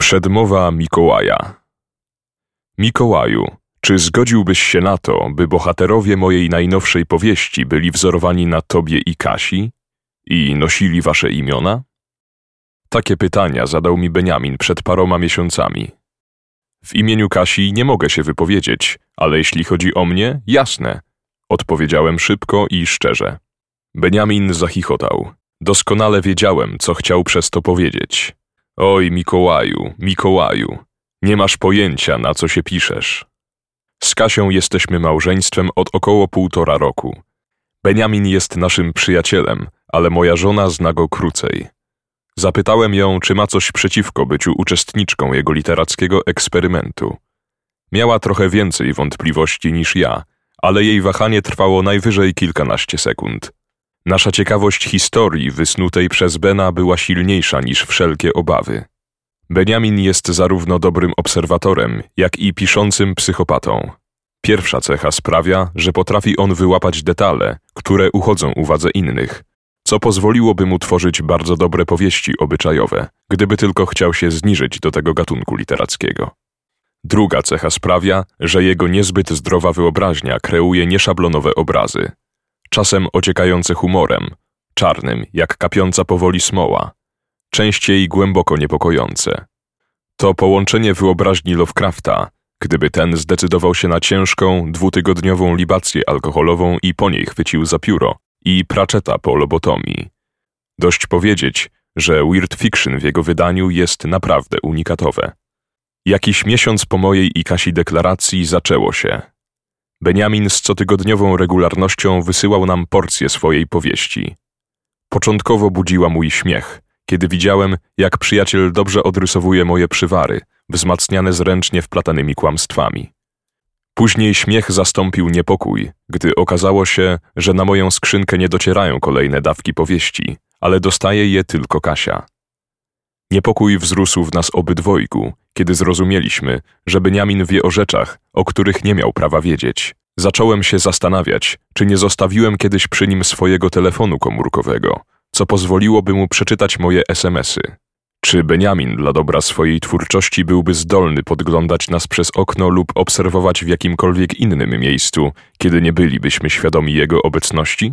Przedmowa Mikołaja. Mikołaju, czy zgodziłbyś się na to, by bohaterowie mojej najnowszej powieści byli wzorowani na tobie i Kasi i nosili wasze imiona? Takie pytania zadał mi Beniamin przed paroma miesiącami. W imieniu Kasi nie mogę się wypowiedzieć, ale jeśli chodzi o mnie, jasne. Odpowiedziałem szybko i szczerze. Beniamin zachichotał. Doskonale wiedziałem, co chciał przez to powiedzieć. Oj, Mikołaju, Mikołaju, nie masz pojęcia, na co się piszesz. Z Kasią jesteśmy małżeństwem od około 1,5 roku. Beniamin jest naszym przyjacielem, ale moja żona zna go krócej. Zapytałem ją, czy ma coś przeciwko byciu uczestniczką jego literackiego eksperymentu. Miała trochę więcej wątpliwości niż ja, ale jej wahanie trwało najwyżej kilkanaście sekund. Nasza ciekawość historii wysnutej przez Bena była silniejsza niż wszelkie obawy. Beniamin jest zarówno dobrym obserwatorem, jak i piszącym psychopatą. Pierwsza cecha sprawia, że potrafi on wyłapać detale, które uchodzą uwadze innych, co pozwoliłoby mu tworzyć bardzo dobre powieści obyczajowe, gdyby tylko chciał się zniżyć do tego gatunku literackiego. Druga cecha sprawia, że jego niezbyt zdrowa wyobraźnia kreuje nieszablonowe obrazy, czasem ociekające humorem, czarnym jak kapiąca powoli smoła, częściej głęboko niepokojące. To połączenie wyobraźni Lovecrafta, gdyby ten zdecydował się na ciężką, 2-tygodniową libację alkoholową i po niej chwycił za pióro, i Pratchetta po lobotomii. Dość powiedzieć, że weird fiction w jego wydaniu jest naprawdę unikatowe. Jakiś miesiąc po mojej i Kasi deklaracji zaczęło się. Beniamin z cotygodniową regularnością wysyłał nam porcje swojej powieści. Początkowo budziła mój śmiech, kiedy widziałem, jak przyjaciel dobrze odrysowuje moje przywary, wzmacniane zręcznie wplatanymi kłamstwami. Później śmiech zastąpił niepokój, gdy okazało się, że na moją skrzynkę nie docierają kolejne dawki powieści, ale dostaje je tylko Kasia. Niepokój wzrósł w nas obydwojgu, kiedy zrozumieliśmy, że Beniamin wie o rzeczach, o których nie miał prawa wiedzieć. Zacząłem się zastanawiać, czy nie zostawiłem kiedyś przy nim swojego telefonu komórkowego, co pozwoliłoby mu przeczytać moje SMS-y. Czy Beniamin dla dobra swojej twórczości byłby zdolny podglądać nas przez okno lub obserwować w jakimkolwiek innym miejscu, kiedy nie bylibyśmy świadomi jego obecności?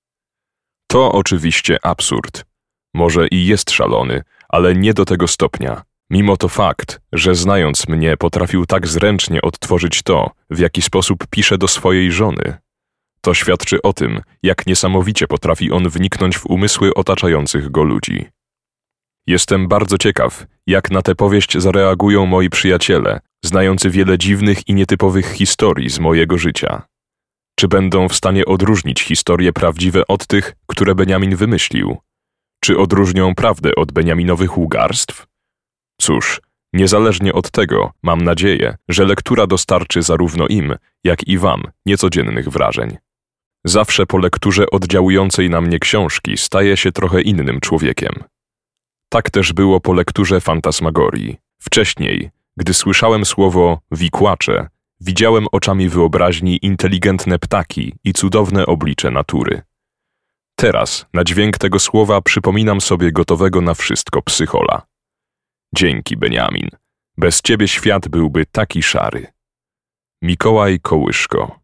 To oczywiście absurd. Może i jest szalony, ale nie do tego stopnia. Mimo to fakt, że znając mnie potrafił tak zręcznie odtworzyć to, w jaki sposób pisze do swojej żony. To świadczy o tym, jak niesamowicie potrafi on wniknąć w umysły otaczających go ludzi. Jestem bardzo ciekaw, jak na tę powieść zareagują moi przyjaciele, znający wiele dziwnych i nietypowych historii z mojego życia. Czy będą w stanie odróżnić historie prawdziwe od tych, które Beniamin wymyślił? Czy odróżnią prawdę od Beniaminowych łgarstw? Cóż, niezależnie od tego, mam nadzieję, że lektura dostarczy zarówno im, jak i wam niecodziennych wrażeń. Zawsze po lekturze oddziałującej na mnie książki staję się trochę innym człowiekiem. Tak też było po lekturze Fantasmagorii. Wcześniej, gdy słyszałem słowo wikłacze, widziałem oczami wyobraźni inteligentne ptaki i cudowne oblicze natury. Teraz, na dźwięk tego słowa, przypominam sobie gotowego na wszystko psychola. Dzięki, Beniamin. Bez ciebie świat byłby taki szary. Mikołaj Kołyszko.